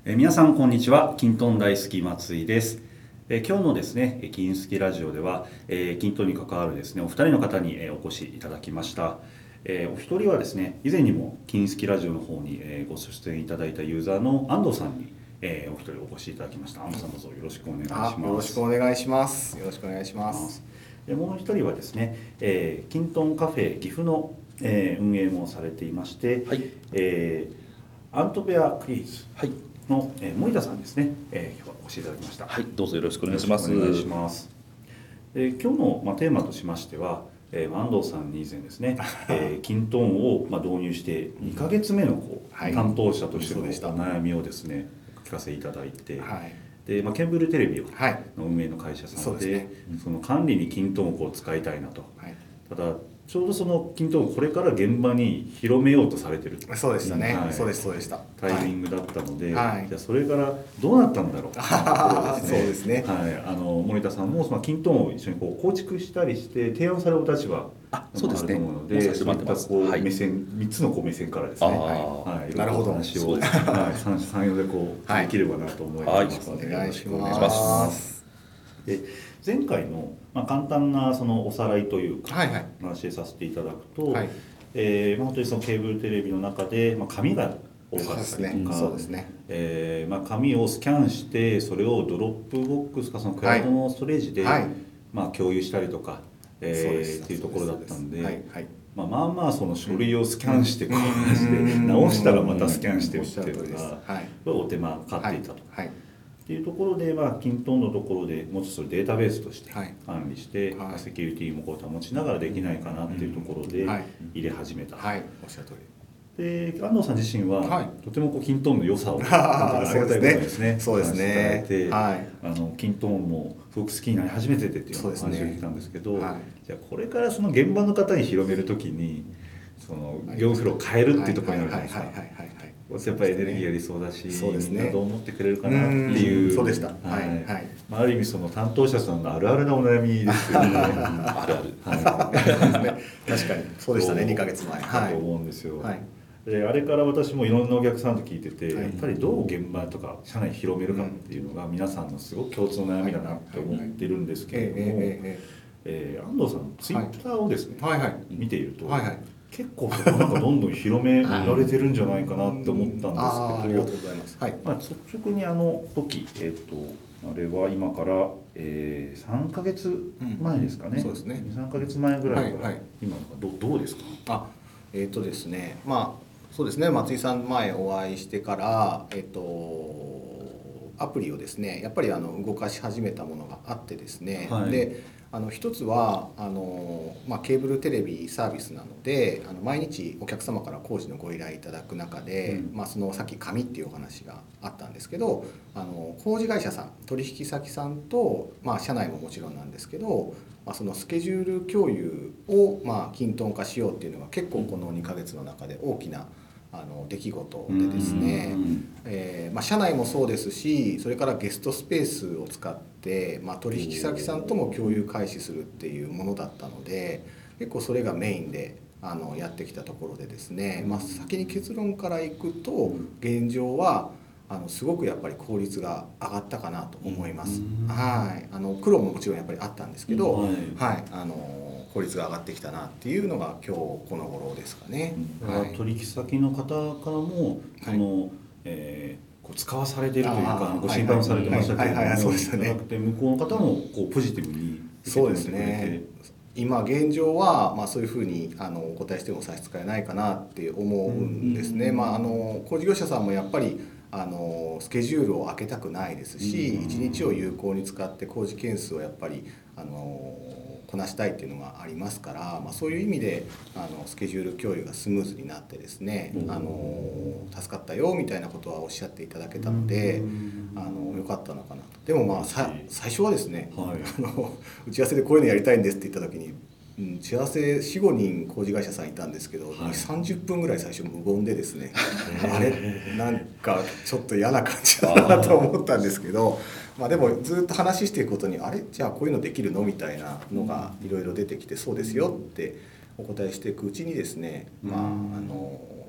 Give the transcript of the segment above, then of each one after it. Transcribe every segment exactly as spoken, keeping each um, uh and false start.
えー皆さんこんにちは。キントン大好き松井です。えー今日のですねえー金好きラジオでは、えー、キントンに関わるですねお二人の方に、えーお越しいただきました。えーお一人はですね以前にも金好きラジオの方に、えーご出演いただいたユーザーの安藤さんに、えーお一人お越しいただきました。安藤さんどうぞよろしくお願いします。 あ、よろしくお願いします。よろしくお願いします。 でもう一人はですね、えー、キントンカフェ岐阜の、えー運営もされていまして、 はい、 えーアントペアクリエイズはい、 の、えー森田さんですね、えー今日はお越しいただきました。 はい、どうぞよろしくお願いします。 よろしくお願いします。えー今日の、まあ、テーマとしましては、えー安藤さんに以前ですね、えー、キントンを、まあ、導入してにかげつめのこう、 はい、 担当者としてのおそうでした悩みをですねお聞かせいただいて、 はい、 で、まあ、ケーブルテレビをはい、 の運営の会社さんで、 そうですねその管理にキントンをこう使いたいなと。 はい、 ただちょうどそのキントンをこれから現場に広めようとされてるそうでしたね。 はいそうです、そうでした。 タイミングだったので、 はいじゃあそれからどうなったんだろうっていうところそうですねはい、あの森田さんもそのキントンを一緒にこう構築したりして提案されるお立場あ、そうですね。 もあると思うのもうさせてで、そういったもらってます。はいこう目線、みっつのこう目線からですね、 あーはい、 なるほどいろいろお話を、 そうですねはい、三三様でこう、 はいできればなと思います。 はいよろしくお願いしよろくお願いしまますす。 で前回の、まあ、簡単なそのおさらいというか、 はいはいお話しさせていただくと、 はいえーまあ、本当にそのケーブルテレビの中で、まあ、紙が多かそうですったりとか、 ね。そうですね。 えーまあ、紙をスキャンしてそれをドロップボックスかそのクラウドのストレージで、 はいまあ、共有したりとか、えそうですーっていうところだったんで、 はいはい。 まあ、まあまあその書類をスキャンしてこうして直したらまたスキャンしてっていうのがはいお手間かかっていたと。 はいっていうところで、まあ、キントンのところでもうちょっとそれデータベースとしてはい管理して、 はいセキュリティもこう保ちながらできないかなっていうところではい入れ始めた、 はいおっしゃる通り。 で安藤さん自身は、 はいとてもこうキントンの良さをあーありがたいことにですねそうですねお話しいただいて、 はいあのキントンもすごく好きになり始めててっていうお話をそうですね聞いたんですけど、 はいじゃあこれからその現場の方に広めるときにその業務フローを変えるっていうところになるじゃないですか。 はいはいはいはいはいはい。 やっぱりエネルギーやりそうだし、 そうですねみんなどう思ってくれるかなっていう、 うんそうでしたはいはいはいまあ、ある意味その担当者さんのあるあるなお悩みですよね。 あるある。 は確かにそうでしたね。にかげつまえ。 い、 はいだと思うんですよ。 はいであれから私もいろんなお客さんと聞いてて、 はいやっぱりどう現場とか社内に広めるかっていうのが皆さんのすごく共通の悩みだなって思ってるんですけれども、 ええええええー安藤さんツイッターをですね、 はいはい見ていると、 はいはい結構そこなんかどんどん広められてるんじゃないかなって思ったんですけど、 あーありがとうございます。はいまあ、率直にあの時、えっとあれは今から、えー、さんかげつまえですかね、 うんそうですねにさんかげつまえぐらいから、 はいはい今のがどどうですか？ あえっ、とですねまあそうですね松井さん前お会いしてからえっ、とアプリをですねやっぱりあの動かし始めたものがあってですね、 はいであの一つはあの、まあ、ケーブルテレビサービスなのであの毎日お客様から工事のご依頼いただく中で、 うんまあ、そのさっき紙っていうお話があったんですけどあの工事会社さん取引先さんと、まあ、社内ももちろんなんですけど、まあ、そのスケジュール共有を、まあ、均等化しようっていうのが結構このにかげつの中で大きなあの出来事でですね、えーまあ、社内もそうですしそれからゲストスペースを使って、まあ、取引先さんとも共有開始するっていうものだったので結構それがメインであのやってきたところでですね、まあ、先に結論からいくと現状はあのすごくやっぱり効率が上がったかなと思います。はいあの苦労ももちろんやっぱりあったんですけど、 はいはいあの効率が上がってきたなっていうのが今日この頃ですかね。はい取引先の方からもその、えーこう使わされているというかあーご心配もされてましたけれども、 はいはいはいそうですよねじゃなくて向こうの方もこうポジティブに受け止めてくれて、 今現状は、まあ、そういうふうにあのお答えしても差し支えないかなって思うんですね。まあ、あの工事業者さんもやっぱりあのスケジュールを空けたくないですし、 うんいちにちを有効に使って工事件数をやっぱりあのこなしたいっていうのがありますから、まあ、そういう意味であのスケジュール共有がスムーズになってですね、 うんあの助かったよみたいなことはおっしゃっていただけたので、 うんあのよかったのかなと。でもまあさ最初はですね、 はいあの打ち合わせでこういうのやりたいんですって言った時に、うん、打ち合わせよん、ごにん工事会社さんいたんですけど、 はいにさんじゅっぷんぐらい最初無言でですねあれなんかちょっと嫌な感じだなと思ったんですけど、まあ、でもずっと話していくことにあれじゃあこういうのできるのみたいなのがいろいろ出てきて、そうですよってお答えしていくうちにですね、まあ、あの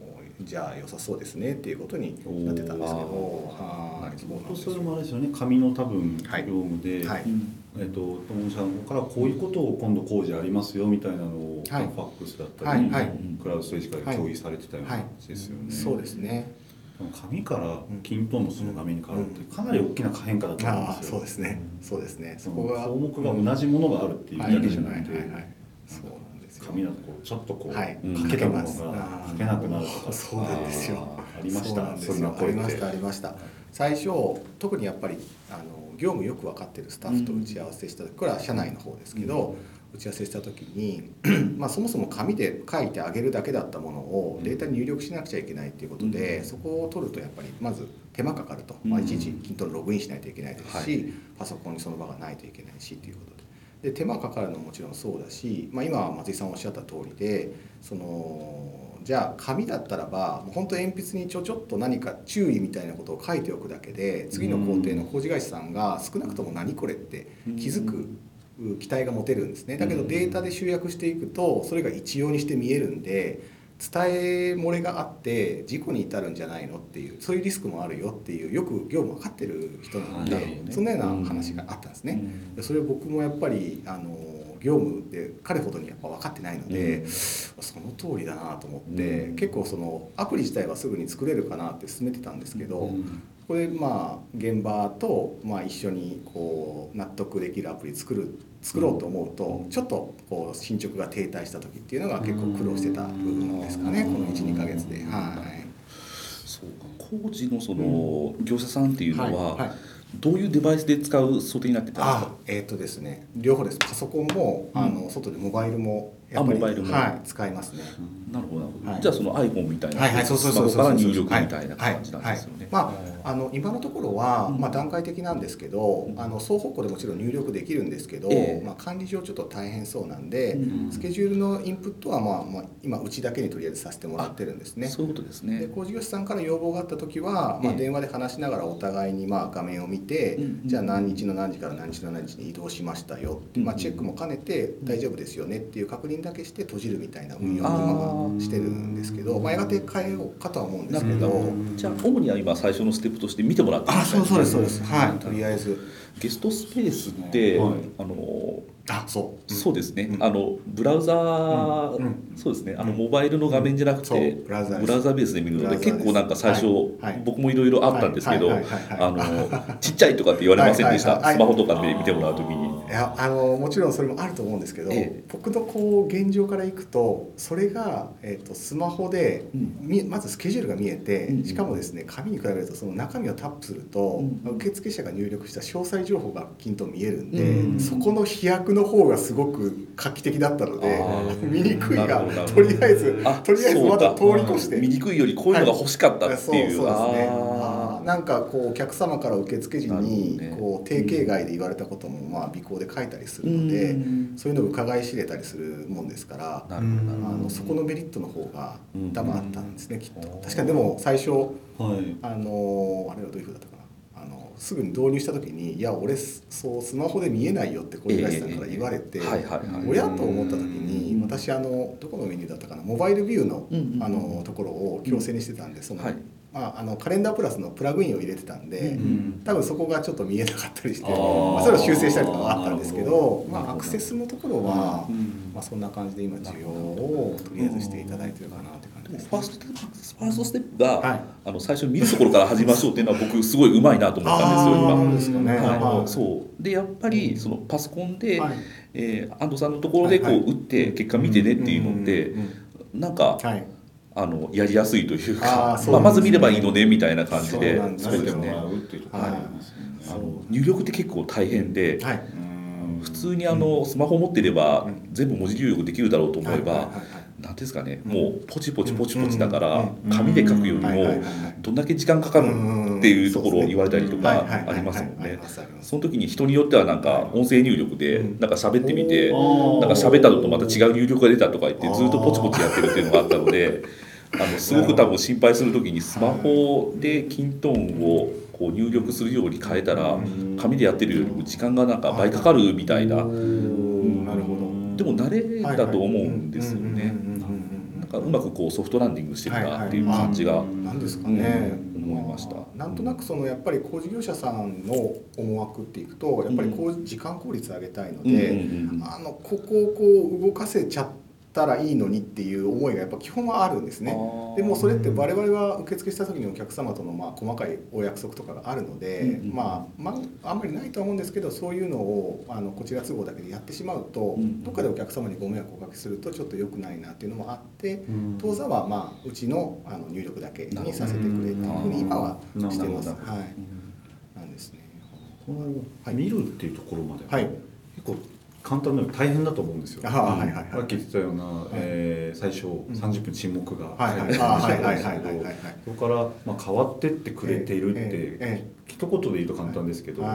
じゃあ良さそうですねっていうことになってたんですけど、 はい、 そうなんですそれよ。 もあれですよね、紙の多分業はい務で、 はいえっと友さんからこういうことを今度工事ありますよみたいなのを、 はいファックスだったり、 はいはいクラウドストレージから共有されてたようなはい感じですよね。 そうですね。 紙からキントンのその画面に変わるってかなり大きな変化だと思うんああですよ。 そうですね。そうですね。そそこがこが項目が同じものがあるっていうだけじゃなくて、 はいはいはいはいそうなんですよ。 紙だとこうちょっとこう、 はい書けたもの書けがます書けなくなるとか、 そうなんですよ。 あーありました。 そうなんですよ。あそんな声ってりましたありました。最初特にやっぱりあの業務よく分かってるスタッフと打ち合わせした時、これは社内の方ですけど、打ち合わせした時にまあそもそも紙で書いてあげるだけだったものをデータに入力しなくちゃいけないっていうことで、 うんそこを取るとやっぱりまず手間かかると、まあ、いちいちキントンログインしないといけないですし、 はいパソコンにその場がないといけないしということで。で手間かかるのももちろんそうだし、まあ、今松井さんおっしゃった通りでそのじゃあ紙だったらばもう本当鉛筆にちょちょっと何か注意みたいなことを書いておくだけで次の工程の工事会社さんが少なくとも何これって気づく期待が持てるんですね。だけどデータで集約していくとそれが一様にして見えるんで伝え漏れがあって事故に至るんじゃないのっていうそういうリスクもあるよっていうよく業務分かってる人なので、 なるほどねそんなような話があったんですね。それを僕もやっぱりあの業務で彼ほどにやっぱ分かってないので、うん、その通りだなと思って、うん、結構そのアプリ自体はすぐに作れるかなって進めてたんですけど、うん、これまあ現場とまあ一緒にこう納得できるアプリ作る作ろうと思うとちょっとこう進捗が停滞した時っていうのが結構苦労してた部分ですかね、この いちにかげつで。はい、 そうか、工事のその業者さんっていうのは、 はいはい、 どういうデバイスで使う想定になってたんですか？ あ、えーとですね、両方です。パソコンも、うん、あの外でモバイルもやっぱり、 あ、モバイルも、 はい、使いますね。 うん、なるほどなるほど、 はい、 じゃあその iPhone みたいな、 はいはい、そうそうそうスマホから入力みたいな感じなんですよね。 まあ、あの今のところは、 うん、 まあ、段階的なんですけど、うん、あの双方向でもちろん入力できるんですけど、えーまあ、管理上ちょっと大変そうなんで、うん、スケジュールのインプットは、まあまあ、今うちだけにとりあえずさせてもらってるんですね。 そういうことですね。 で工事業者さんから要望があった時は、まあ、電話で話しながらお互いにまあ画面を見て、うん、じゃあ何日の何時から何日の何日に移動しましたよって、まあ、チェックも兼ねて大丈夫ですよねっていう確認だけして閉じるみたいな運用に今はしてるんですけど、まあ、やがて変えようかとは思うんですけど、 じゃあ主には今最初のステップとして見てもらってるんですね。 あ、そうですそうですはい、とりあえずゲストスペースって、はい、あのあそう、 うん、そうですね、うん、あのブラウザー、うんうん、そうですね、あのモバイルの画面じゃなくて、ブラウザーベースで見るので結構なんか最初、はいはい、僕もいろいろあったんですけど、ちっちゃいとかって言われませんでした、はいはいはい、スマホとかで見てもらうときに。 いや、あのもちろんそれもあると思うんですけど、ええ、僕のこう現状からいくとそれが、えー、とスマホで、うん、まずスケジュールが見えて、うん、しかもですね紙に比べるとその中身をタップすると、うん、受付者が入力した詳細情報がきんと見えるんで、うん、そこの飛躍の方がすごく画期的だったので見にくいがとりあえずとりあえずまだ通り越して見にくいよりこういうのが欲しかったっていう、 はい、そうそうですね。あ、なんかこうお客様から受付時にこう定型外で言われたこともまあ尾行で書いたりするので、そういうのを伺い知れたりするもんですから、あのそこのメリットの方が多分あったんですね、きっと。確かにでも最初、はい、あのあれはどういうふうだったかな、あのすぐに導入した時に「いや俺そうスマホで見えないよ」って小東さんから言われて、親と思った時に私あのどこのメニューだったかな、モバイルビューの、あのところを強制にしてたんで、その、はい、まあ、あのカレンダープラスのプラグインを入れてたんで、うん、多分そこがちょっと見えなかったりして、まあ、それを修正したりとかはあったんですけど、まあ、アクセスのところは、うん、まあ、そんな感じで今需要をとりあえずしていただいてるかなって感じです、ね。 ファースト、ファーストステップが、はい、あの最初見るところから始めましょうっていうのは僕すごいうまいなと思ったんですよ今。 ですかね。 あのそうでやっぱりそのパソコンで、はい、えー、安藤さんのところでこう打って結果見てねっていうのってなんか、はい、あのやりやすいというか、あ、まあ、まず見ればいいのねみたいな感じで、 そうですね。 入力って結構大変で、はい、普通にあのスマホ持ってれば全部文字入力できるだろうと思えば、なんですかね、もうポチポチポチポチだから紙で書くよりもどんだけ時間かかるっていうところを言われたりとかありますもんね。その時に人によってはなんか音声入力でなんか喋ってみて、なんか喋ったのとまた違う入力が出たとか言ってずっとポチポチやってるっていうのがあったので、あのすごく多分心配する時にスマホでキントーンをこう入力するように変えたら紙でやってるよりも時間がなんか倍かかるみたいな。 なるほど。 でも慣れだと思うんですよね。 うまくこうソフトランディングしてるなっていう感じがなんですかね、 思いました。 なんとなくそのやっぱり工事業者さんの思惑っていくとやっぱりこう時間効率上げたいので、あのここをこう動かせちゃったらいいのにっていう思いがやっぱ基本はあるんですね。でもそれって我々は受付した時にお客様とのまあ細かいお約束とかがあるので、うんうん、まあ、まああんまりないとは思うんですけど、そういうのをあのこちら都合だけでやってしまうと、うんうん、どっかでお客様にご迷惑をおかけするとちょっと良くないなっていうのもあって、うん、当座はまあうちのあの入力だけにさせてくれっていうふうに今はしてます。はい、なんですね。 この、はい、見るっていうところまで、 はい、 結構簡単なの大変だと思うんですよ。 さっき言ってたような、はい、えー、最初さんじゅっぷん沈黙が入ってましたんですけど、そこからまあ変わってってくれているって、えーえー、一言で言うと簡単ですけど、はい、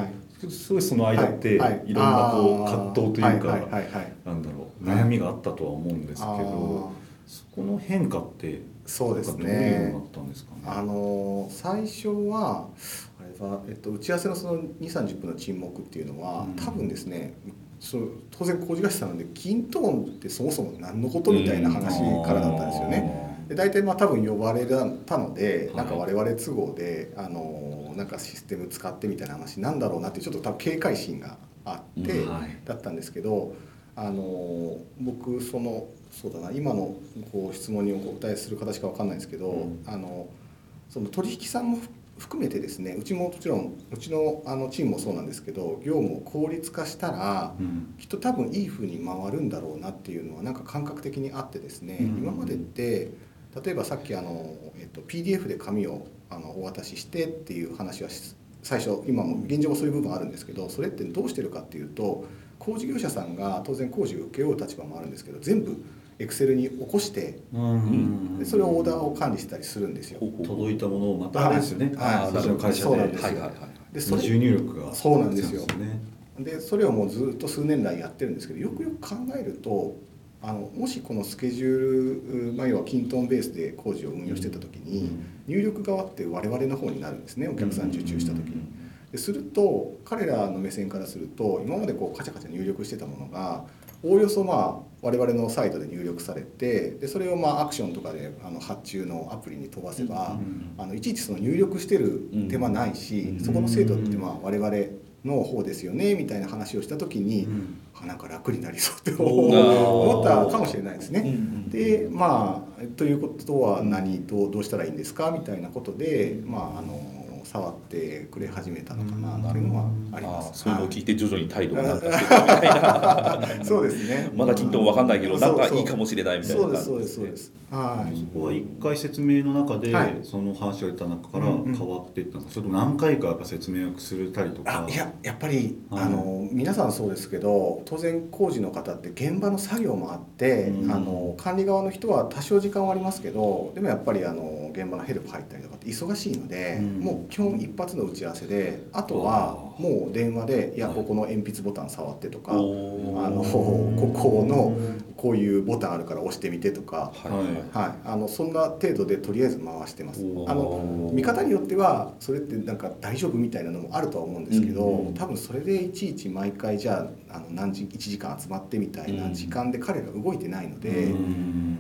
すごいその間っていろんなこう葛藤というか、なんだろう、悩みがあったとは思うんですけど、そこの変化ってそうですね、 どういうのだったんですかね。 あの最初はあれは、えっと、打ち合わせのそのにじゅう、さんじゅっぷんの沈黙っていうのは、うん、多分ですね、そう当然工事会社さんなんでキントーンってそもそも何のことみたいな話からだったんですよね。で大体まあ多分呼ばれたので、なんか我々都合であのなんかシステム使ってみたいな話なんだろうなってちょっと多分警戒心があってだったんですけど、あの僕そのそうだな今のこう質問にお答えする形か分かんないんですけど、うん、あのその取引さんも含めてですね、うちももちろんうちのあのチームもそうなんですけど、業務を効率化したら、うん、きっと多分いい風に回るんだろうなっていうのはなんか感覚的にあってですね、うん、今までって例えばさっきあの、えっと、ピーディーエフ で紙をあのお渡ししてっていう話は最初今も現状もそういう部分あるんですけど、それってどうしてるかっていうと、工事業者さんが当然工事を請け負う立場もあるんですけど、全部エクセルに起こして、うん、でそれをオーダーを管理したりするんですよ。 届いたものをまたあれですよね、はい、そちらの会社で、そうなんですよ、はいはいはい、でそれ二重入力がそうなんですよ。でそれをもうずっと数年来やってるんですけど、よくよく考えるとあのもしこのスケジュール、まあ、要はキントンベースで工事を運用してた時に、うん、入力側って我々の方になるんですね、お客さん受注した時に。ですると彼らの目線からすると、今までこうカチャカチャ入力してたものがおおよそまあ我々のサイトで入力されて、でそれをまあアクションとかであの発注のアプリに飛ばせば、あのいちいちその入力してる手間ないし、そこの精度ってまあ我々の方ですよねみたいな話をした時に、なんか楽になりそうって思ったかもしれないですね。でまあということは何どうどうしたらいいんですかみたいなことで、まああの触ってくれ始めたのかなというのはあります。 そういうのを聞いて徐々に態度が変わってきてみたいな。 そうですね。 まだきっと分かんないけど、なんかいいかもしれないみたいな感じですね。 そうですそうです。はい。 そこは一回説明の中で、はい、その話が出た中から変わっていったんですか。それとも何回かやっぱ説明をするたりとか。 あ、いややっぱり、はい、あの皆さんそうですけど、当然工事の方って現場の作業もあって、うん、あの管理側の人は多少時間はありますけど、でもやっぱりあの現場のヘルプ入ったりとかって忙しいので、うん、もう基本一発の打ち合わせで、あとはもう電話でいやここの鉛筆ボタン触ってとか、あのここのこういうボタンあるから押してみてとか、はいはい、あのそんな程度でとりあえず回してます。あの見方によってはそれってなんか大丈夫みたいなのもあるとは思うんですけど、うん、多分それでいちいち毎回じゃあ、あの何時いちじかん集まってみたいな時間で彼ら動いてないので、うん、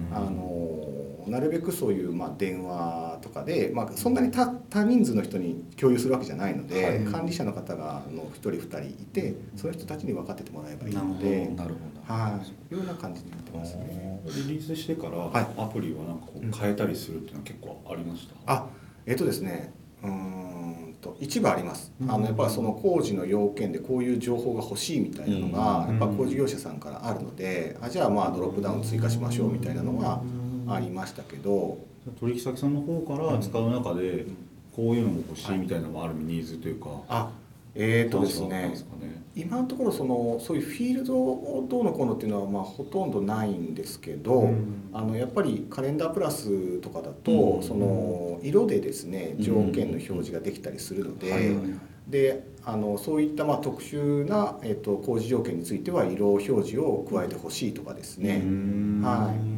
あのなるべくそういうまあ電話とかで、まあ、そんなに 多, 多人数の人に共有するわけじゃないので、はい、管理者の方がのひとりふたりいて、その人たちに分かっててもらえばいいので、 なるほど、 はい、いうような感じになってますね。 リリースしてから、はい、アプリはなんかこう変えたりするっていうのは結構ありました？ あ、えっとですね、うーんと一部あります。あのやっぱりその工事の要件でこういう情報が欲しいみたいなのが、やっぱ工事業者さんからあるので、あじゃあまあドロップダウン追加しましょうみたいなのはありましたけど、 取引先さんの方から使う中でこういうのも欲しいみたいなのもあるニーズというか、 あえーとですね、今のところそのそういうフィールドをどうのこうのっていうのはまあほとんどないんですけど、うん、あのやっぱりカレンダープラスとかだと、うん、その色でですね条件の表示ができたりするので、うん、であのそういったまあ特殊な、えーと、工事条件については色表示を加えてほしいとかですね、はい、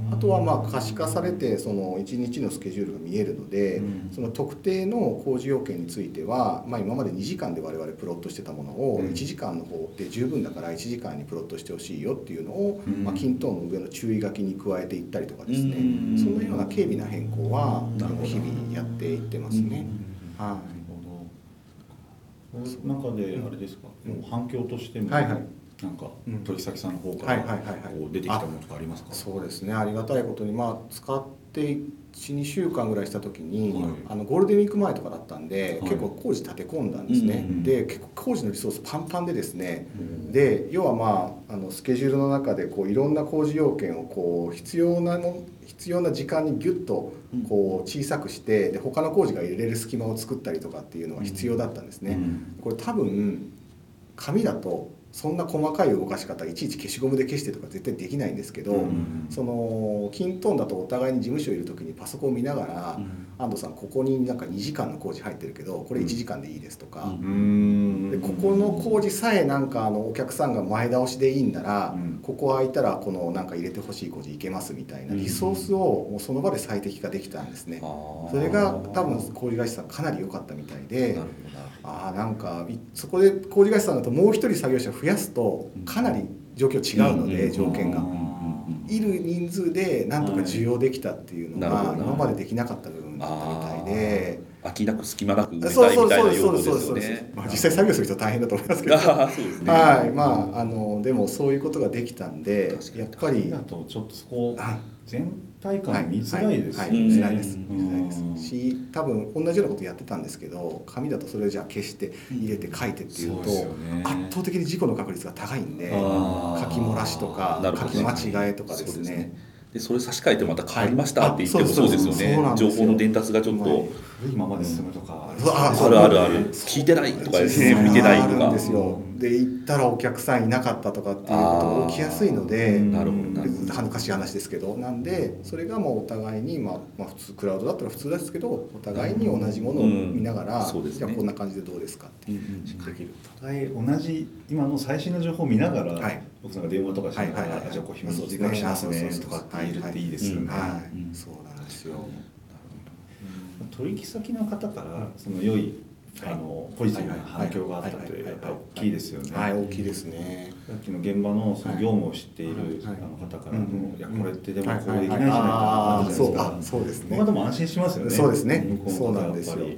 あとはまあ可視化されてそのいちにちのスケジュールが見えるので、その特定の工事要件については、まあ、今までにじかんで我々プロットしてたものをいちじかんの方で十分だからいちじかんにプロットしてほしいよっていうのを、まあ、キントーンの上の注意書きに加えていったりとかですね、そのような軽微な変更は日々やっていってますね。はい、 その中であれですか、もう反響としても、 はいはい、 なんか取引先の方から出てきたものとかありますか？ そうですね、ありがたいことに、まあ、使っていちにしゅうかんぐらいした時に、はい、あのゴールデンウィーク前とかだったんで、はい、結構工事立て込んだんですね、うんうん、で結構工事のリソースパンパンでですね、うん、で要はまああのスケジュールの中でこういろんな工事要件をこう必要なも必要な時間にギュッとこう小さくして、で他の工事が入れれる隙間を作ったりとかっていうのは必要だったんですね、うん、これ多分紙だとそんな細かい動かし方いちいち消しゴムで消してとか絶対できないんですけど、うん、そのキントーンだとお互いに事務所いる時にパソコンを見ながら、うん、安藤さんここになんかにじかんの工事入ってるけどこれいちじかんでいいですとか、うん、でここの工事さえなんかあのお客さんが前倒しでいいんなら、うん、ここ空いたらこのなんか入れてほしい工事いけますみたいなリソースをもうその場で最適化できたんですね、うん、それが多分工事会社さんかなり良かったみたいで、あなんかそこで工事会社さんだともう一人作業者増やすとかなり状況違うので、条件がいる人数でなんとか需要できたっていうのが今までできなかった部分だったみたいで、 空きなく隙間なく埋めたいみたいな用途ですよね。 実際作業する人は大変だと思いますけどそうですね、はい、まああのでもそういうことができたんで、やっぱりだとちょっとそこ全体感見づらいですよね。 見づらいです見づらいですし、多分同じようなことやってたんですけど、紙だとそれをじゃあ消して入れて書いてっていうと、圧倒的に事故の確率が高いんで、書き漏らしとか書き間違えとかですね、 でそれ差し替えてまた変わりましたって言ってもそうですよね。情報の伝達がちょっと古いままで進むとか、 あるあるある、聞いてないとかですね、見てないとかで行ったらお客さんいなかったとかっていうことが起きやすいので、 なるほど恥ずかしい話ですけど、なんでそれがもうお互いに、まあ、まあ普通クラウドだったら普通ですけど、お互いに同じものを見ながら、うんうん、じゃあこんな感じでどうですかってできる。 お互い同じ今の最新の情報を見ながら、はい、僕なんか電話とかしながら、はいはいはい、じゃあこう紐付けしますねとかって言えるっていいですよね。 そうなんですよ。 取引先の方からその良いあのポジティブな反響があったってやっぱり大きいですよね。 はい、大きいですね。 さっきの現場のその業務を知っているあの方からの、いやこれってでもこうできないじゃないかなってじゃないですか。 そうですね。 まあでも安心しますよね。 そうですね。そうなんですよ。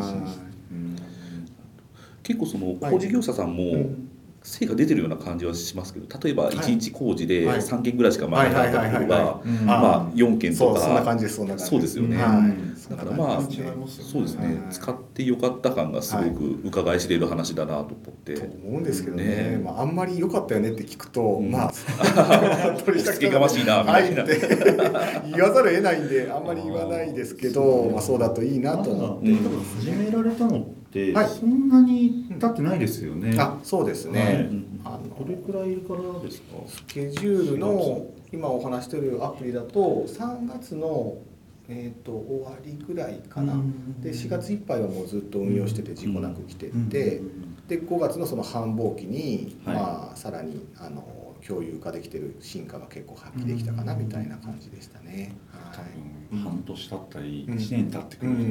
結構その工事業者さんも成果出てるような感じはしますけど、例えばいちにち工事でさんけんぐらいしか回らなかったところがまあよんけんとか、 そんな感じです。そんな感じ。 そうですよね。だからまあそうですね、使ってよかった感がすごく伺い知れる話だなと思って。 と思うんですけどね。まああんまり良かったよねって聞くと、まあ取り付けがましいなみたいな言わざるを得ないんであんまり言わないですけど、まあそうだといいなと思って。 始められたのってそんなに経ってないですよね。 あ、そうですね。 あのどれくらいからですか？ スケジュールの今お話しているアプリだとさんがつのえーと終わりぐらいかな。でしがついっぱいはもうずっと運用してて事故なく来てて、でごがつのその繁忙期に、はい、まあさらにあの共有化できてる進化が結構発揮できたかなみたいな感じでしたね。 多分半年経ったりいちねん経ってくると、うん、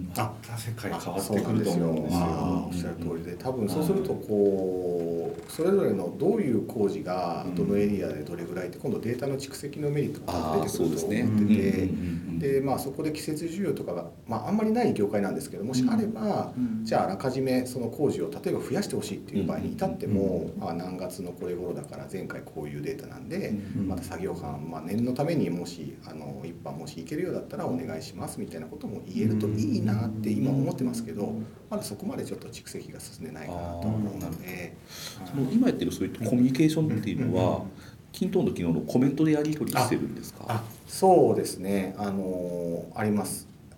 あった世界変わってくると思うんですよ。 おっしゃる通りで、多分そうするとこうそれぞれのどういう工事がどのエリアでどれぐらいって今度データの蓄積のメリットが出てくると思ってて、でまあそこで季節需要とかが、まあ、あんまりない業界なんですけど、もしあれば、うん、じゃああらかじめその工事を例えば増やしてほしいっていう場合に至っても、うん、あ何月のこれ頃だから前回こういうデータなんで、うん、また作業班、まあ、念のためにもしあの一般もし行けるようだったらお願いしますみたいなことも言えるといいなって今思ってますけど、まだそこまでちょっと蓄積が進んでないかなと思うので、 その今やってるそういったコミュニケーションっていうのは、キントーンの機能のコメントでやり取りしてるんですか？ ああ、そうですね、あのあります。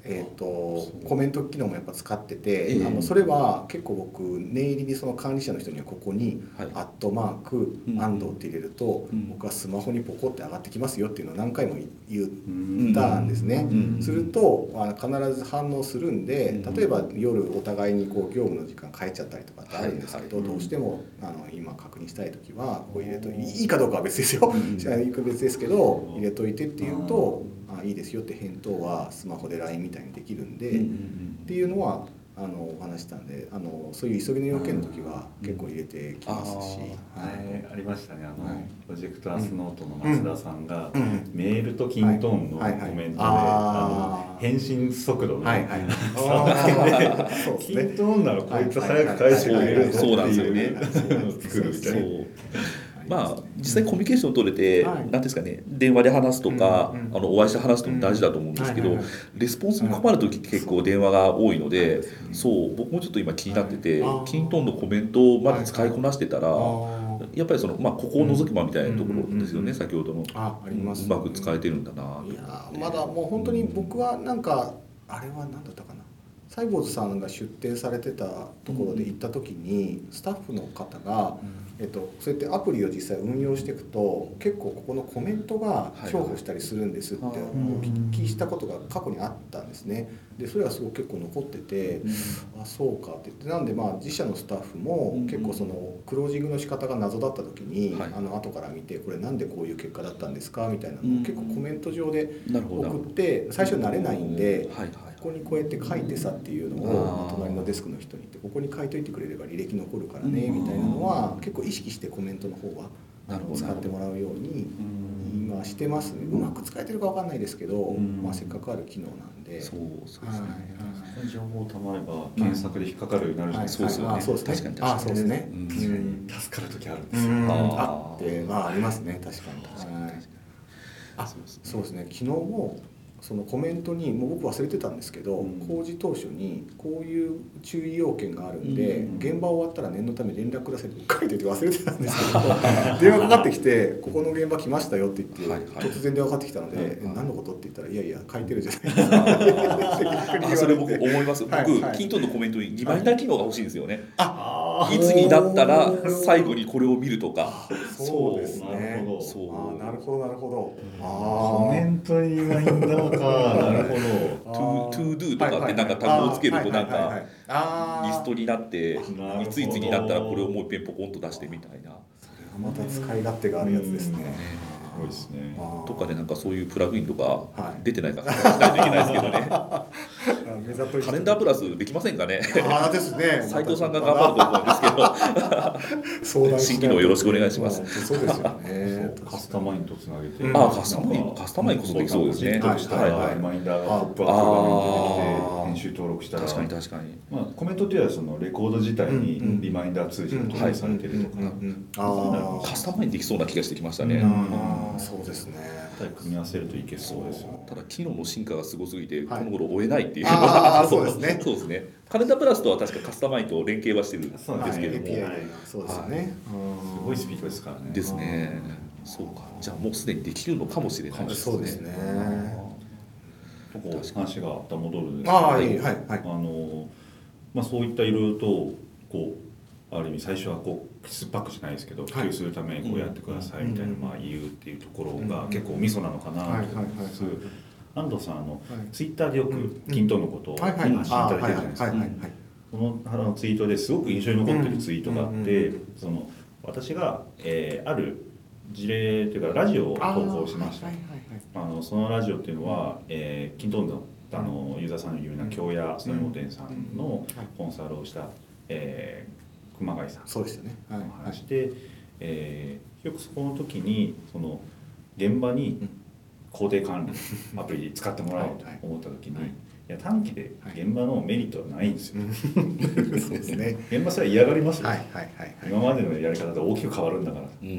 えー、とコメント機能もやっぱ使ってて、えー、あのそれは結構僕念入りにその管理者の人にはここに「はい、アットマーク安藤」って入れると、うん、僕はスマホにポコって上がってきますよっていうのを何回も言ったんですね。するとあ必ず反応するんで、例えば夜お互いにこう業務の時間変えちゃったりとかってあるんですけど、はいはい、どうしてもあの今確認したい時はこう入れといいかどうかは別ですよ、うん、別ですけど入れといてっていうとあいいですよって返答はスマホで ライン みたいにできるんで、うんうんうん、っていうのはあのお話したんで、あのそういう急ぎの要件の時は結構入れてきますし、 あ、はい、ありましたね。あの、はい、プロジェクトアスノートの松田さんが、うん、メールとキントーンのコメントで、あの返信速度の差がキントーンならこいつ早く返してくれるぞっていうのを作るみたいな。 まあ、実際コミュニケーション取れて、はい、なんですかね、電話で話すとか、うんうん、あのお会いして話すとも大事だと思うんですけど、レスポンスに困る時結構電話が多いので、そう僕もちょっと今気になってて、キントーンのコメントをまだ使いこなしてたら、やっぱりその、まあ、ここを覗けばみたいなところですよね、先ほどの。 あ、あります。 うまく使えてるんだなと。 いやまだもう本当に僕はなんか、あれは何だったかな、サイボーズさんが出展されてたところで行った時に、スタッフの方が、えっと、そうやってアプリを実際運用していくと結構ここのコメントが重宝したりするんですってお聞きしたことが過去にあったんですね。でそれはすごく結構残ってて、あそうかって言って、なんでまあ自社のスタッフも結構そのクロージングの仕方が謎だった時に、あの後から見てこれなんでこういう結果だったんですかみたいなのを結構コメント上で送って、最初慣れないんでここにこうやって書いてさっていうのを、まあ、隣のデスクの人に言ってここに書いといてくれれば履歴残るからねみたいなのは結構意識してコメントの方は使ってもらうように今してますね。うまく使えてるか分かんないですけど、まあ、せっかくある機能なんで。 そうそうですね。 情報たまれば検索で引っかかるようになるじゃないですか。 そうですよね。確かに確かに。 あ、そうですね。 助かる時あるんですよ。 あってまあありますね、確かに。あ、そうですね。昨日もそのコメントにもう僕忘れてたんですけど、うん、工事当初にこういう注意要件があるんで、うん、現場終わったら念のため連絡くださいって書いておいて忘れてたんですけど電話かかってきてここの現場来ましたよって言って、はいはい、突然電話かかってきたので、はいはい、何のことって言ったらいやいや書いてるじゃないですか。 あそれ僕思います。僕、はいはい、キントンのコメントにリマインダー機能が欲しいんですよね。 あいつになったら最後にこれを見るとか。 そうですね。 なるほど。 そうあなるほどなるほど。 あコメントにリマインダーか。なるほど。 トゥードゥとかってなんかタグをつけるとなんかリストになっていついつになったらこれをもう一遍ポコンと出してみたいな。 それはまた使い勝手があるやつですね。 すごいですね。 とかでなんかそういうプラグインとか出てないかしないといけないですけどね。カレンダープラスできませんかね。 あですね。 斉藤さんが頑張ると思うんですけど。新機能よろしくお願いします。 そうですよね。 カスタマインとつなげて。 あカスタマインカスタマインこそできそうですね。 したらリマインダーがポップアップ画面に出てきて編集登録したら。 確かに確かに。 まあコメントっていうのはそのレコード自体にリマインダー通知が登録されてるとか。 あカスタマインできそうな気がしてきましたね。 そうですね。 組み合わせるといけそうですよ。 ただ機能の進化がすごすぎてこの頃追えないっていう。 あそうですね。 そうですね。カレンダープラスとは確かカスタマインと連携はしてるんですけども。 そうですね。 すごいスピードですからね。 ですね。そうか。じゃあもうすでにできるのかもしれないですね。そうですね。 とこ話がまた戻るんですけど、はいはいはい。 あのまあそういったいろいろとこう。ある意味最初はこう酸っぱくじゃないですけど普及するためにこうやってくださいみたいなまあ言うっていうところが結構ミソなのかなと思います。安藤さんあのツイッターでよくキントンのことを発信いただいてるじゃないですか。このあのツイートですごく印象に残ってるツイートがあってその私がえある事例というかラジオを投稿しました。あのそのラジオっていうのはえキントンのあのユーザーさんの有名な京谷ソニモ店さんのコンサルをしたえー熊谷さんそうでしたね。 の話で、えー、よくそこの時にその現場に工程管理アプリ使ってもらおうと思った時に、はいはい、いや短期で現場のメリットはないんですよ。 そうですね。 現場それは嫌がりますよ。 はいはいはい、 今までのやり方と大きく変わるんだから。 うんうん、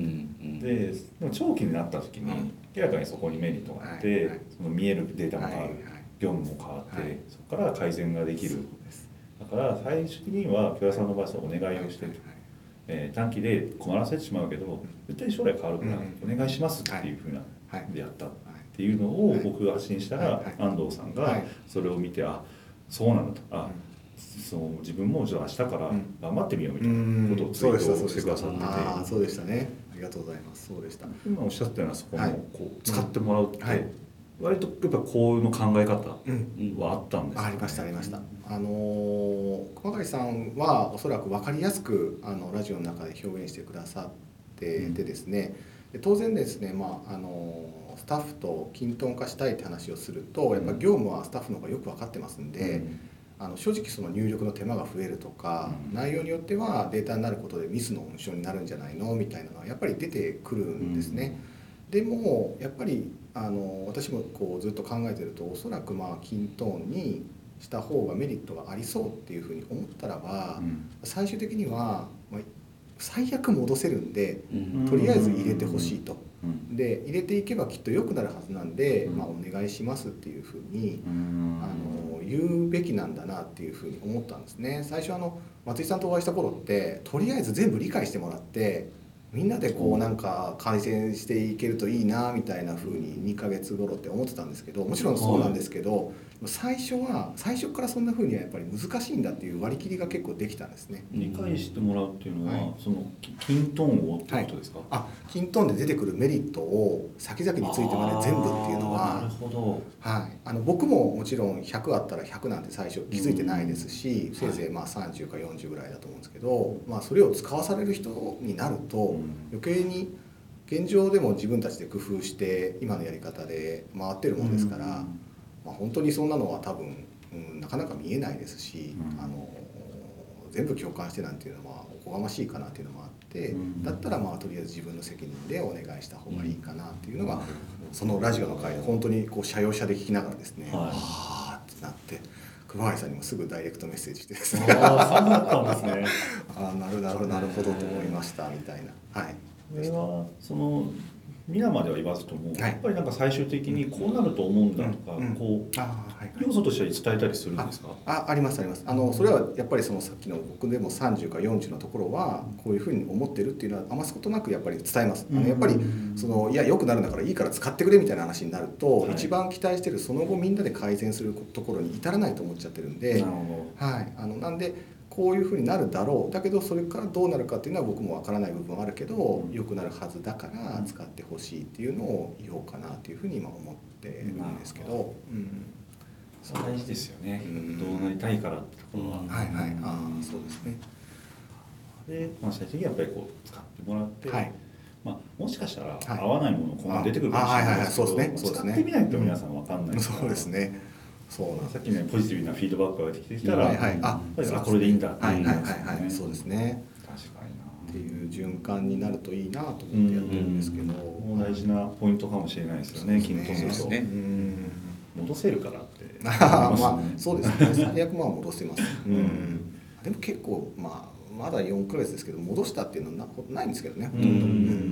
で, でも長期になった時に、うん、明らかにそこにメリットがあって、はいはい、その見えるデータも変わる、はいはい、業務も変わって、はい、そこから改善ができる。だから最終的には京谷さんの場合はお願いをして、はいはいえー、短期で困らせてしまうけど絶対将来変わるからお願いしますっていうふうなでやったってっていうのを僕が発信したら、 はいはい安藤さんがそれを見て、あ、そうなんだと、あ、そう自分もじゃあ明日から頑張ってみようみたいなことをツイートしてくださってて、 ああそうでしたね、ありがとうございます。そうでした。 今おっしゃったようなそこのはいこう使ってもらうって、 はい、 割とやっぱこういうの考え方はあったんですか、ね、 ありましたありました。あのー、熊谷さんはおそらく分かりやすくあのラジオの中で表現してくださってでですね、うん、当然ですね、まああのー、スタッフと均等化したいって話をすると、やっぱ業務はスタッフの方がよく分かってますんで、うん、あの正直その入力の手間が増えるとか、うん、内容によってはデータになることでミスの温床になるんじゃないのみたいなのはやっぱり出てくるんですね。うん、でもやっぱりあの私もこうずっと考えてると、おそらくまあ均等にした方がメリットがありそうっていうふうに思ったらば、うん、最終的には、まあ、最悪戻せるんで、うん、とりあえず入れてほしいと、うん、で入れていけばきっと良くなるはずなんで、うん、まあ、お願いしますっていうふうに、うん、あの言うべきなんだなっていうふうに思ったんですね。最初あの松井さんとお会いした頃って、とりあえず全部理解してもらってみんなでこうなんか改善していけるといいなみたいな風ににかげつ頃って思ってたんですけど、もちろんそうなんですけど、最初は最初からそんな風にはやっぱり難しいんだっていう割り切りが結構できたんですね。 理解してもらうっていうのは、はい、そのキントーンをってことですか？はい、 あ、キントーンで出てくるメリットを先々についてまで全部っていうのは、 なるほど、 はい、あの僕ももちろんひゃくあったらひゃくなんて最初気づいてないですし、うん、せいぜいまあさんじゅうかよんじゅうぐらいだと思うんですけど、まあ、それを使わされる人になると余計に現状でも自分たちで工夫して今のやり方で回ってるもんですから、うん、まあ、本当にそんなのは多分、うん、なかなか見えないですし、うん、あの全部共感してなんていうのはおこがましいかなっていうのもあって、うん、だったらまあとりあえず自分の責任でお願いした方がいいかなっていうのが、うん、そのラジオの回で本当にこう社用車で聞きながらですね、はい、はあってなって。熊谷さんにもすぐダイレクトメッセージしてですね、 ああそうだったんですねああなるなるなるほどと思いましたみたいな。はい、 これはその皆までは言わずとも、はい、やっぱりなんか最終的にこうなると思うんだとか、うんうん、こう、あ、はい、要素としては伝えたりするんですか？ あ、あ、ありますあります。あのそれはやっぱりそのさっきの僕でもさんじゅうかよんじゅうのところはこういうふうに思ってるっていうのは余すことなくやっぱり伝えます。あのやっぱりそのいや良くなるんだからいいから使ってくれみたいな話になると、はい、一番期待してるその後みんなで改善するところに至らないと思っちゃってるんで、なるほど、はい、あのなんでこういうふうになるだろう、だけどそれからどうなるかっていうのは僕もわからない部分はあるけど、良くなるはずだから使ってほしいっていうのを言おうかなっていうふうに今思ってるんですけど、うん、 そう大事ですよね、うん、どうなりたいからってところは、うん、 はいはい、ああそうですね。 で、まあ、最終的にやっぱりこう使ってもらって、はい、まあ、もしかしたら合わないもの今後出てくるかもしれないですけど、使ってみないと皆さん分かんないから、 そうですね。そうなんさっきねポジティブなフィードバックが出てきたら、はいはい、あ、あこれでいいんだっていう、 はいはいはいはい、そうですね。 確かになっていう循環になるといいなと思ってやってるんですけど、 もう大事なポイントかもしれないですよね。均等ですね。戻せるからって。 まあそうですね。最悪まあ戻せます。うん。でも結構まあまだよんかげつですけど戻したっていうのはないんですけどね。ほとんど。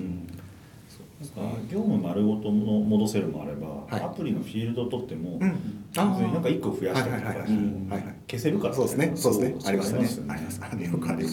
業務丸ごとの戻せるもあれば、はい、アプリのフィールドを取っても、うん、なんかいっこ増やしたりとか消せるから、 そうですね、そうですね、ありますね、あります、よくあります。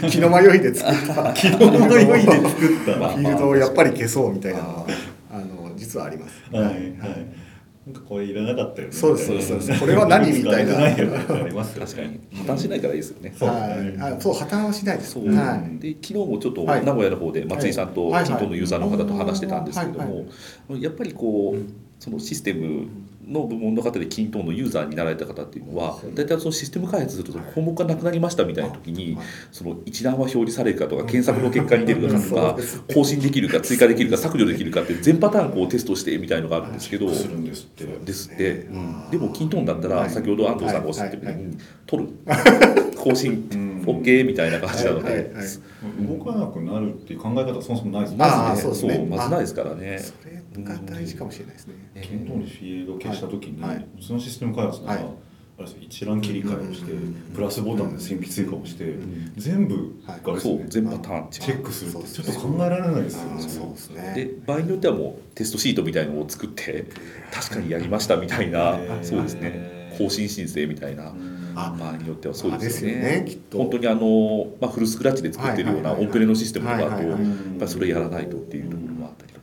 気の迷いで作った気の迷いで作ったフィールドをやっぱり消そうみたいなのはあの実はあります。 はいはい。なんかこれいらなかったよね。 そうですそうです。これは何みたいな。 あります確かに破綻しないからいいですよね。 はい。そう破綻はしないです。 はい。で昨日もちょっと名古屋の方で松井さんと均等のユーザーの方と話してたんですけども、やっぱりこうそのシステムの部門の方で均等のユーザーになられた方っていうのは、大体そのシステム開発すると項目がなくなりましたみたいな時に、その一覧は表示されるかとか検索の結果に出るかとか更新できるか追加できるか削除できるかって全パターンこうテストしてみたいのがあるんですけど、ですって、でも均等だったら先ほど安藤さんがおっしゃってるように取る更新 OK みたいな感じなので、 動かなくなるっていう考え方はそもそもないですね。 まずね、そうまずないですからね。 それが大事かもしれないですね。 均等にフィールドを消した時に、そのシステム開発なら一覧切り替えをしてプラスボタンで線引追加をして全部がそう全パターンチェックするってちょっと考えられないですよね。 で場合によってはもうテストシートみたいのを作って確かにやりましたみたいな、そうですね、更新申請みたいな。場合によってはそうですよね。本当にあの、まあ、フルスクラッチで作ってるようなオンプレのシステムとかだとやっぱりそれやらないとっていうところもあったりとか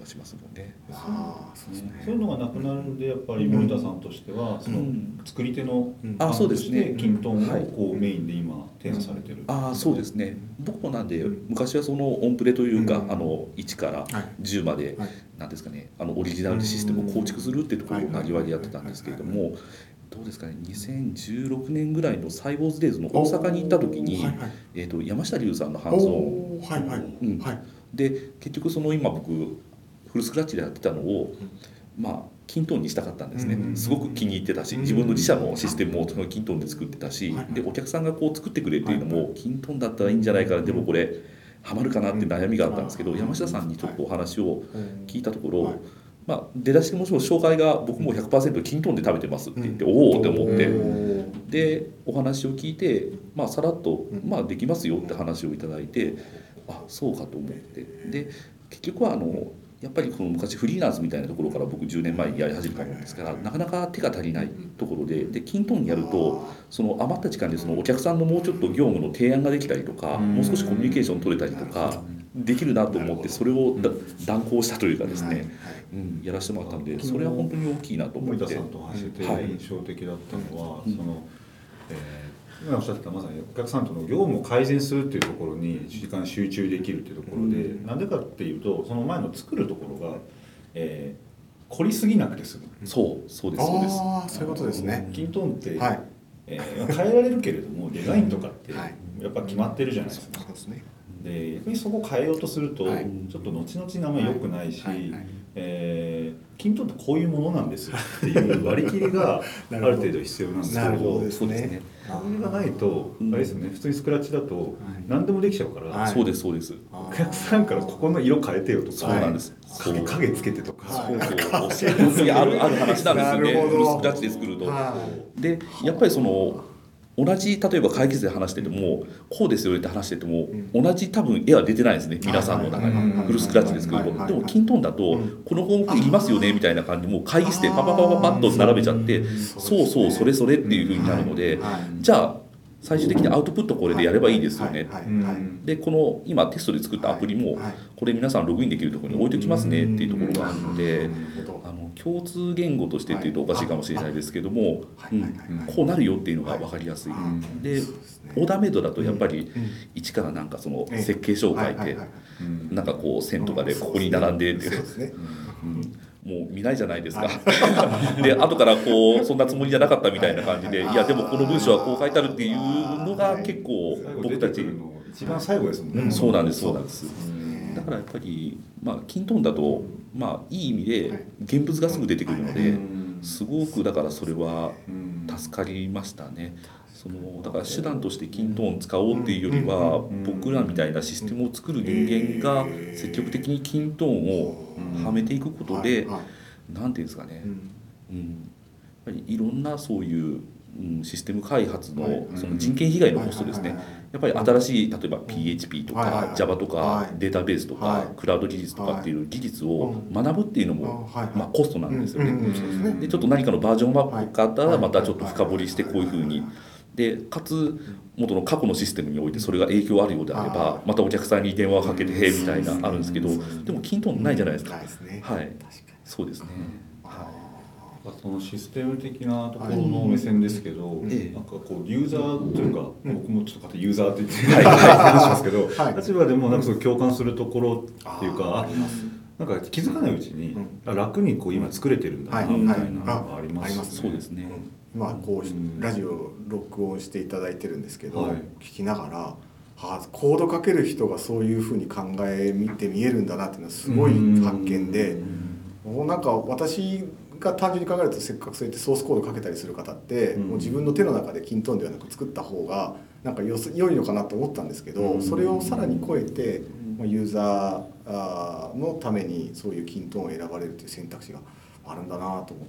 がしますもんね。 ああ、そうですね。 そういうのがなくなるんで、やっぱり森田さんとしては、その作り手のあ、そうですね。 きんとんをこうメインで今提案されてる。 あ、そうですね。僕もなんで昔はそのオンプレというか、あのいちからじゅうまでなんですかね、あのオリジナルシステムを構築するっていうところをなりわいでやってたんですけれども。どうですかね、にせんじゅうろくねんぐらいのサイボーズデイズの大阪に行った時に、はいはい、えー、と山下龍さんのハンズオン、はいはいうん、で結局その今僕フルスクラッチでやってたのを、まあキントンにしたかったんですね、うん、すごく気に入ってたし、自分の自社のシステムもキントンで作ってたし、うん、でお客さんがこう作ってくれっていうのもキントンだったらいいんじゃないかな、でもこれハマるかなって悩みがあったんですけど、山下さんにちょっとお話を聞いたところ、まあ、出だしもちろん紹介が僕も ひゃくパーセント キントンで食べてますって言って、うん、おおって思ってでお話を聞いて、まあ、さらっと、まあ、できますよって話をいただいて、あ、そうかと思って、で結局はあのやっぱりこの昔フリーランスみたいなところから僕じゅうねんまえにやり始めたもんですから、なかなか手が足りないところで、でキントンやるとその余った時間でそのお客さんのもうちょっと業務の提案ができたりとか、もう少しコミュニケーション取れたりとかできるなと思って、それを断行したというかですね、うん、やらせてもらったんで、それは本当に大きいなと思って。 森田さんと話してて印象的だったのは、はい、その、えー、今おっしゃってたまさにお客さんとの業務を改善するっていうところに時間集中できるっていうところで、うん、なんでかっていうとその前の作るところが、えー、凝りすぎなくて済む。 そうそうですそうです。 ああ、そういうことですね。 キントンって、はい、えー、変えられるけれどもデザインとかってやっぱ決まってるじゃないですか。 そうですね。 で逆にそこを変えようとすると、はい、ちょっと後々名前良くないし、はいはいはい、えー、キントンってこういうものなんですっていう割り切りがある程度必要なんですけど、 なるほどですね。 それがないと、あれですよね、普通にスクラッチだと何でもできちゃうから、 はい、そうですそうです。 お客さんからここの色変えてよとか、 そうなんです。 影影つけてとか、 そうそう、本当にあるある話なんですよね。フルスクラッチで作ると。でやっぱりその同じ例えば会議室で話しててもこうですよって話してても同じ多分絵は出てないですね、皆さんの中にフルスクラッチで作ると。でもキントンだとこの項目いりますよねみたいな感じでもう会議室でパパパパパッと並べちゃって、そうそうそれそれっていう風になるので、じゃあ最終的にアウトプットこれでやればいいですよね。でこの今テストで作ったアプリもこれ皆さんログインできるところに置いておきますねっていうところがあるので、あの共通言語としてっていうとおかしいかもしれないですけども、うん、こうなるよっていうのが分かりやすい。でオーダーメイドだとやっぱり一からなんかその設計書を書いてなんかこう線とかでここに並んでっていう。もう見ないじゃないですかで後からこうそんなつもりじゃなかったみたいな感じで、いやでもこの文章はこう書いてあるっていうのが結構僕たち一番最後ですもんね。 そうなんですそうなんです。だからやっぱりまあキントンだとまあいい意味で現物がすぐ出てくるのですごくだからそれは助かりましたね。そのだから手段としてキントンを使おうっていうよりは僕らみたいなシステムを作る人間が積極的にキントンをはめていくことで何ていうんですかね、うん、やっぱりいろんなそういう、うん、システム開発のその人件被害のコストですね、やっぱり新しい例えば ピーエイチピー とか Java とかデータベースとかクラウド技術とかっていう技術を学ぶっていうのもまあコストなんですよね。でちょっと何かのバージョンマップがあったらまたちょっと深掘りしてこういうふうにでかつ元の過去のシステムにおいてそれが影響あるようであればまたお客さんに電話をかけて「へ」みたいなあるんですけど、でもキントンないじゃないですか。はい、そうですね。 そのシステム的なところの目線ですけど、なんかこうユーザーというか、僕もちょっと勝手にユーザーって言って話しますけど、立場でもなんかそう共感するところっていうか、なんか気づかないうちに楽にこう今作れてるんだなみたいなのがあります。 そうですね。 まあこうラジオ録音していただいてるんですけど、はい、聞きながら、はあ、コードかける人がそういうふうに考えみて見えるんだなっていうのはすごい発見で、もうなんか私が単純に考えるとせっかくそうやってソースコードかけたりする方って、もう自分の手の中でキントンではなく作った方がなんかよ良いのかなと思ったんですけど、それをさらに超えてユーザーのためにそういうキントンを選ばれるという選択肢があるんだなと思って、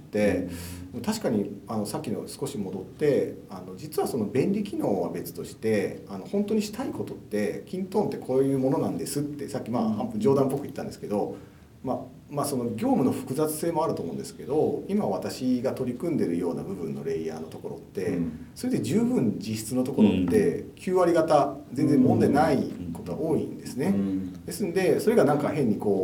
確かにあのさっきの少し戻ってあの実はその便利機能は別としてあの本当にしたいことってキントンってこういうものなんですってさっきまあ冗談っぽく言ったんですけど、まあまあその業務の複雑性もあると思うんですけど、今私が取り組んでるような部分のレイヤーのところってそれで十分実質のところってきゅうわり方全然問題ないことが多いんですね。ですんでそれがなんか変にこう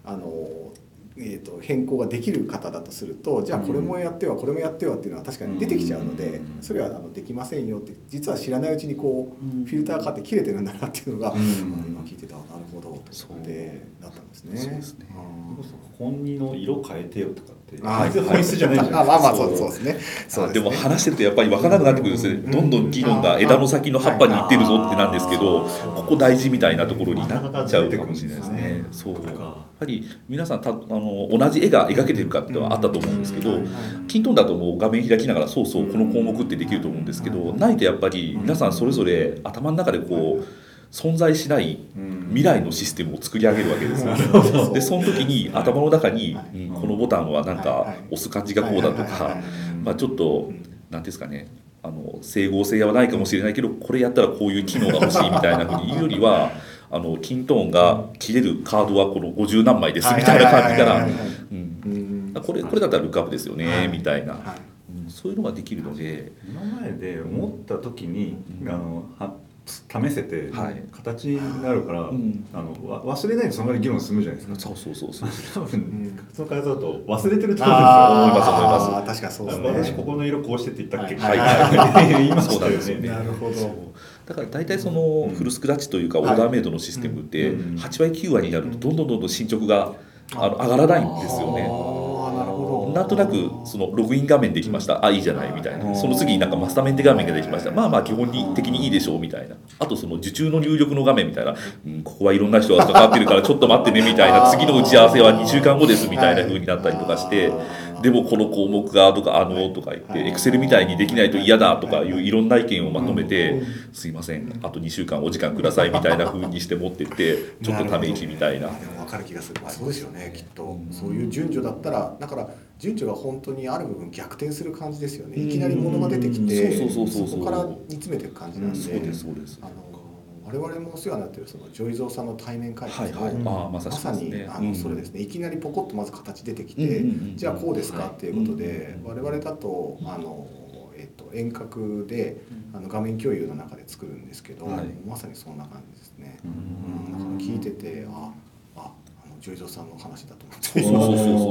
あのえー、と変更ができる方だとすると、じゃあこれもやってはこれもやってはっていうのは確かに出てきちゃうので、それはあのできませんよって実は知らないうちにこうフィルターかかって切れてるんだなっていうのが、今聞いてたらなるほどと思ってだったんですね。 そうですね。本人の色変えてよとかって全然本質じゃないじゃないですか。 あ、まあまあそうそうですね。 そうですね。でも話してるとやっぱり分からなくなってくるんですね。どんどん議論が枝の先の葉っぱにいってるぞってなんですけど、ここ大事みたいなところになっちゃうかもしれないですね。そうやっぱり皆さんたあの同じ絵が描けてるかっていうのはあったと思うんですけど、キントーンだともう画面開きながらそうそうこの項目ってできると思うんですけど、ないとやっぱり皆さんそれぞれ頭の中でこう存在しない未来のシステムを作り上げるわけですよ。でその時に頭の中に、うん、このボタンはなんか押す感じがこうだとか、まあちょっと何ですかね、あの整合性はないかもしれないけどこれやったらこういう機能が欲しいみたいなふうに言うよりは、あのキントーンが切れるカードはこのごじゅう何枚ですみたいな感じからこれこれだったらルックアップですよねみたいな、うん、そういうのができるので、 今までで思った時に、うん、あのは試せて形になるから、はい、あの忘れないでその場で議論進むじゃないですか。 そうそうそうそう。 多分その開発だと忘れてると思うんですよ。 思います思います。確かそうですね。 私ここの色こうしてって言ったっけ。 はいはい。言いましたよね。 なるほど。 だから大体そのフルスクラッチというかオーダーメイドのシステムってはちわりきゅうわりになるとどんどんどんどん進捗があの上がらないんですよね。なんとなくそのログイン画面できました、あいいじゃないみたいな、その次になんかマスタメンテ画面ができました、まあまあ基本的にいいでしょうみたいな、あとその受注の入力の画面みたいな、うん、ここはいろんな人が関わってるからちょっと待ってねみたいな、次の打ち合わせはにしゅうかんごですみたいな風になったりとかして、でもこの項目がとかあのとか言ってエクセルみたいにできないと嫌だとかいういろんな意見をまとめて、すいませんあとにしゅうかんお時間くださいみたいな風にして持ってってちょっとため息みたいな。 でも分かる気がする。そうですよねきっと。そういう順序だったらだから順序が本当にある部分逆転する感じですよね。いきなり物が出てきてそこから煮詰めていく感じなんで、 そうですそうです。 あの我々もお世話になっているそのジョイゾーさんの対面開発も、 はいはい、あまさにあのそれですね、いきなりポコッとまず形出てきて、じゃあこうですかっていうことで、我々だとあの、えっと、遠隔であの画面共有の中で作るんですけど、はい、まさにそんな感じですね。うん、だから聞いててあああのジョイゾーさんの話だと思って、 そうそうそうそう。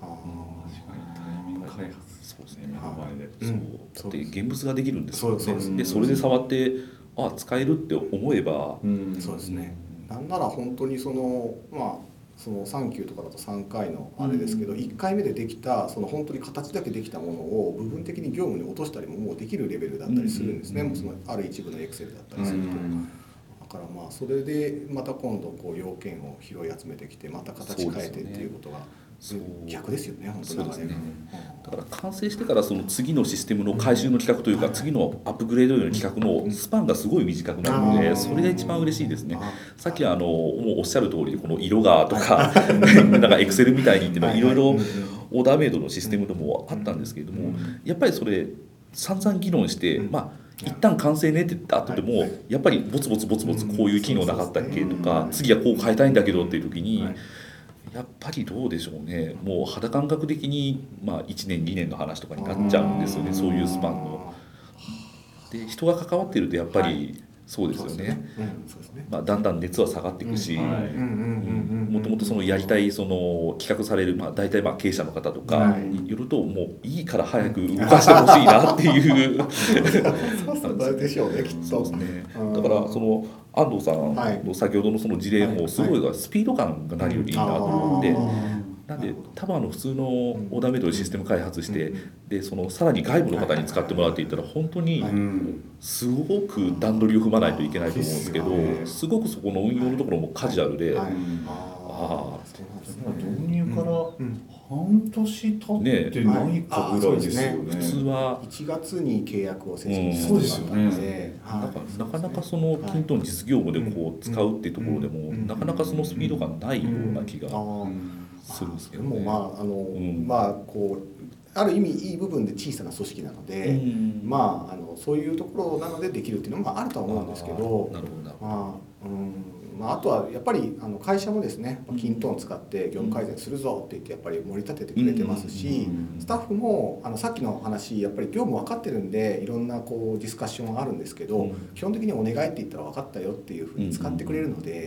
開発そうですね、目の前で、 そうだって現物ができるんですよね。 そうですね。 でそれで触ってあ使えるって思えば、 うん、そうですね。なんなら本当にそのまあそのさん級とかだとさんかいのあれですけど、うん、いっかいめでできたその本当に形だけできたものを部分的に業務に落としたりももうできるレベルだったりするんですね。うん、もうそのある一部のエクセルだったりすると。うん、だからまあそれでまた今度こう要件を拾い集めてきてまた形変えてっていうことが。逆ですよね、本当に。 そうですね。だから完成してからその次のシステムの改修の企画というか、次のアップグレードの企画のスパンがすごい短くなるので、それが一番嬉しいですね。さっきあのもうおっしゃる通りこの色がとかなんかエクセルみたいにっていうのはいろいろオーダーメイドのシステムでもあったんですけれども、やっぱりそれ散々議論して、まあ一旦完成ねって言った後でもやっぱりボツボツボツボツこういう機能なかったっけとか、次はこう変えたいんだけどっていう時に。やっぱりどうでしょうね、もう肌感覚的に、まあ、いちねんにねんの話とかになっちゃうんですよね、そういうスパンの。で人が関わっているとやっぱりそうですよね、まあ、だんだん熱は下がっていくし、もともとそのやりたいその企画される、まあ、大体まあ経営者の方とかによると、もういいから早く動かしてほしいなっていうそうでしょうねきっと。 そうですね。だからその安藤さんの先ほどのその事例もすごいスピード感が何よりいいなと思って、なんで多分あの普通のオーダーメイドでシステム開発して、でそのさらに外部の方に使ってもらうって言ったら本当にすごく段取りを踏まないといけないと思うんですけど、すごくそこの運用のところもカジュアルで、ああ導入から半年経ってないかぐらいですよね。 普通はいちがつに契約を設立したので、 なかなかそのキントーン実業務でこう使うっていうところでもなかなかそのスピード感ないような気がするんですけどね。 でもまああのまあこうある意味いい部分で小さな組織なので、まああのそういうところなのでできるっていうのもあるとは思うんですけど、 なるほど。 まあうんまあ、あとはやっぱりあの会社もですねキントーンを使って業務改善するぞって言ってやっぱり盛り立ててくれてますし、スタッフもあのさっきの話やっぱり業務分かってるんでいろんなこうディスカッションがあるんですけど、基本的にお願いって言ったら分かったよっていうふうに使ってくれるので、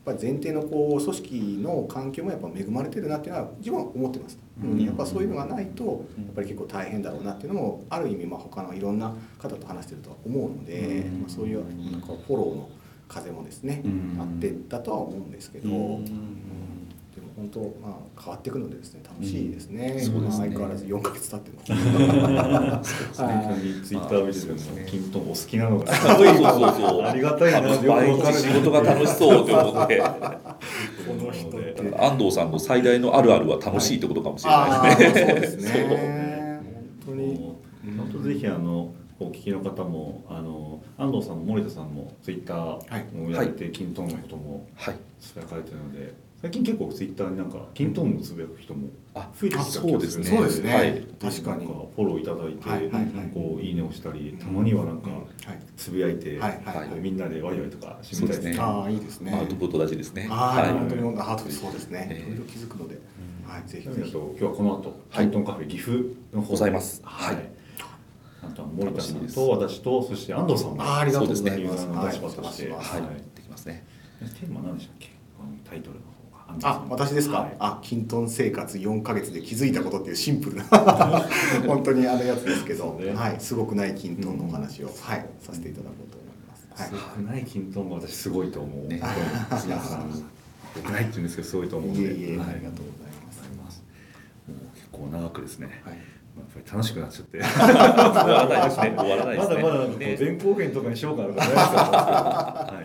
ぱり前提のこう組織の環境もやっぱ恵まれてるなっていうのは自分は思ってます、うん、やっぱそういうのがないとやっぱり結構大変だろうなっていうのもある意味まあ他のいろんな方と話してるとは思うので、うん、まあ、そういうなんかフォローの風もですね、うん、あってたとは思うんですけど、うん、でも本当、まあ、変わっていくのでですね楽しいですね、うん、そうですね、相変わらずよんかげつ経ってるのそうですね、ツイッター見ててもキントンお好きなのがすごい、そうそうそう、ありがたいなってよく毎日仕事が楽しそうって思ってこの人って安藤さんの最大のあるあるは楽しいってことかもしれないですね、 はい、そうですね本当に本当ぜひあのお聞きの方もあの安藤さんも森田さんもツイッターをやって、はい、キントンのこともつぶやかれてるので、最近結構ツイッターになんかキントンをつぶやく人も増えてきた気がする。 そうですね。 そうですね。 はい、 確かにフォローいただいて、はいはいはい、こういいねをしたり、たまにはなんかつぶやいて、はいはいはい、みんなでワイワイとかしてみたいですね。 ああいいですね。 アウトプット大事ですね。 はい。本当にハートでそうですね。いろいろ気づくので、はい、ぜひぜひ。 今日はこの後キントンカフェ岐阜の方ございます。 はい。あとは森田さんと私とそして安藤さんもありがとうございユーますザーの立場としてはいできますね。 テーマ何でしたっけ？タイトルの方が。あ、私ですか。はい、あ、キントン生活よんかげつで気づいたことっていうシンプルな本当にあるやつですけど、ね、はい、すごくないキントンのお話を、うん、はい、させていただこうと思います。はい、 すごくないキントンも私すごいと思う。ね、皆さん僕ないって言うんですけどすごいと思うので、 いえいえ、 はい、 ありがとうございます。 もう結構長くですね。はい、やっぱり楽しくなっちゃって終わらないですね。終わらないですね。 まだまだ前後編とかにしようかなとか思いますけど、はい、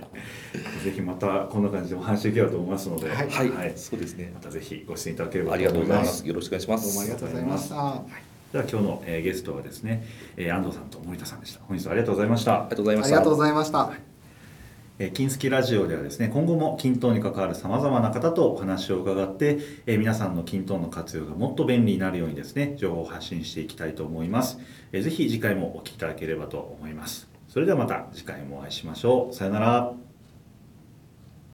ぜひまたこんな感じでお話できればと思いますので、 はい、はいはい、そうですね。 またぜひご出演いただければと思います。ありがとうございます。よろしくお願いします。 どうもありがとうございました。はい、 では今日の、えー、ゲストはですね、えー、安藤さんと森田さんでした。本日はありがとうございました。 ありがとうございました。 ありがとうございました。はい、 金スキラジオではですね、今後もキントンに関わるさまざまな方とお話を伺って、えー、皆さんのキントンの活用がもっと便利になるようにですね、情報を発信していきたいと思います。えー、ぜひ次回もお聞きいただければと思います。それではまた次回もお会いしましょう。さよなら。